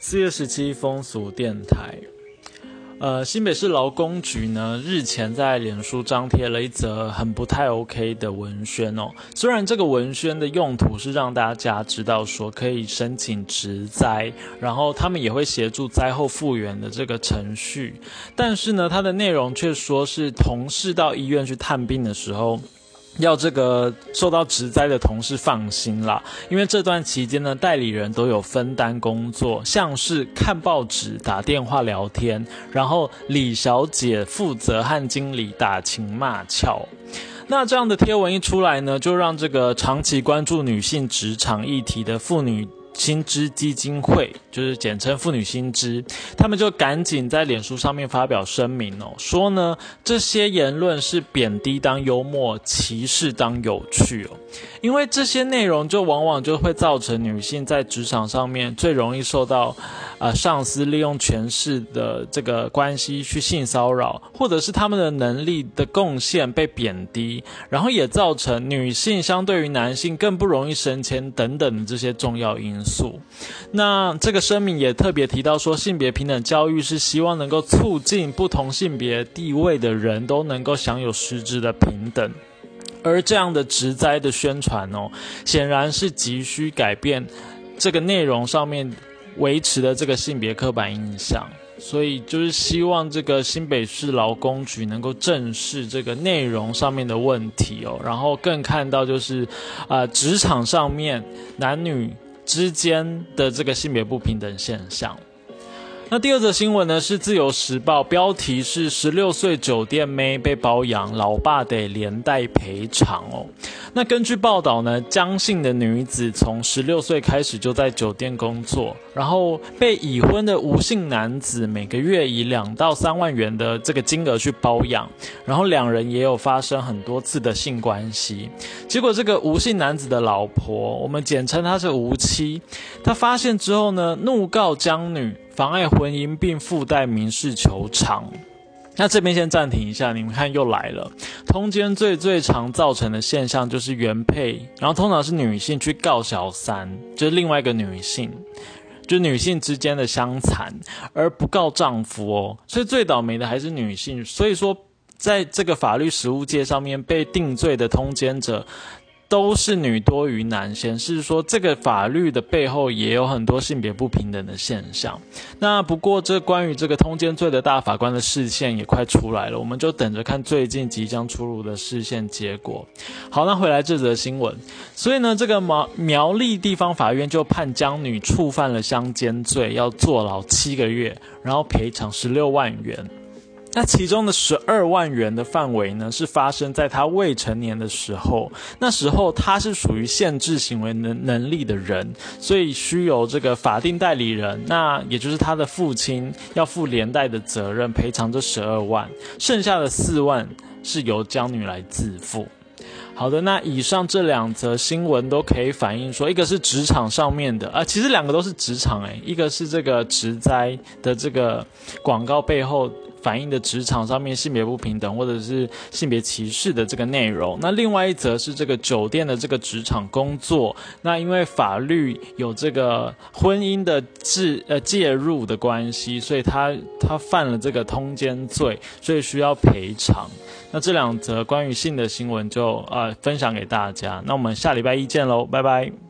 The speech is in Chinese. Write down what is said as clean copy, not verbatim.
4月17风俗电台。新北市劳工局呢，日前在脸书张贴了一则很不太 OK 的文宣哦。虽然这个文宣的用途是让大家知道说可以申请职灾，然后他们也会协助灾后复原的这个程序，但是呢，它的内容却说是同事到医院去探病的时候，要这个受到职灾的同事放心啦，因为这段期间呢，代理人都有分担工作，像是看报纸、打电话聊天，然后李小姐负责和经理打情骂俏。那这样的贴文一出来呢，就让这个长期关注女性职场议题的妇女新知基金会，就是简称妇女新知，他们就赶紧在脸书上面发表声明哦，说呢这些言论是贬低当幽默，歧视当有趣哦，因为这些内容就往往就会造成女性在职场上面最容易受到上司利用权势的这个关系去性骚扰，或者是他们的能力的贡献被贬低，然后也造成女性相对于男性更不容易升迁等等的这些重要因素。那这个声明也特别提到说，性别平等教育是希望能够促进不同性别地位的人都能够享有实质的平等。而这样的职灾的宣传哦，显然是急需改变这个内容上面维持的这个性别刻板印象，所以就是希望这个新北市劳工局能够正视这个内容上面的问题哦，然后更看到就是职场上面男女之间的这个性别不平等现象。那第二则新闻呢，是自由时报，标题是16岁酒店妹被包养，老爸得连带赔偿哦。那根据报道呢，江姓的女子从16岁开始就在酒店工作，然后被已婚的吴姓男子每个月以2到3万元的这个金额去包养，然后两人也有发生很多次的性关系。结果这个吴姓男子的老婆，我们简称她是吴妻，她发现之后呢，怒告江女妨碍婚姻并附带民事求偿。那这边先暂停一下，你们看又来了。通奸罪最常造成的现象就是原配，然后通常是女性去告小三，就是另外一个女性，就女性之间的相残，而不告丈夫哦。所以最倒霉的还是女性。所以说，在这个法律实务界上面被定罪的通奸者，都是女多于男，显示说这个法律的背后也有很多性别不平等的现象。那不过这关于这个通奸罪的大法官的释宪也快出来了，我们就等着看最近即将出炉的释宪结果。好，那回来这则新闻，所以呢，这个苗栗地方法院就判江女触犯了相奸罪，要坐牢7个月，然后赔偿16万元。那其中的12万元的范围呢，是发生在他未成年的时候，那时候他是属于限制行为能力的人，所以需由这个法定代理人，那也就是他的父亲要负连带的责任，赔偿这12万，剩下的4万是由江女来自负。好的，那以上这2则新闻都可以反映说，一个是职场上面的其实2个都是职场一个是这个职灾的这个广告背后反映的职场上面性别不平等或者是性别歧视的这个内容，那另外一则是这个酒店的这个职场工作，那因为法律有这个婚姻的介入的关系，所以他犯了这个通奸罪，所以需要赔偿。那这2则关于性的新闻就分享给大家，那我们下礼拜一见咯，拜拜。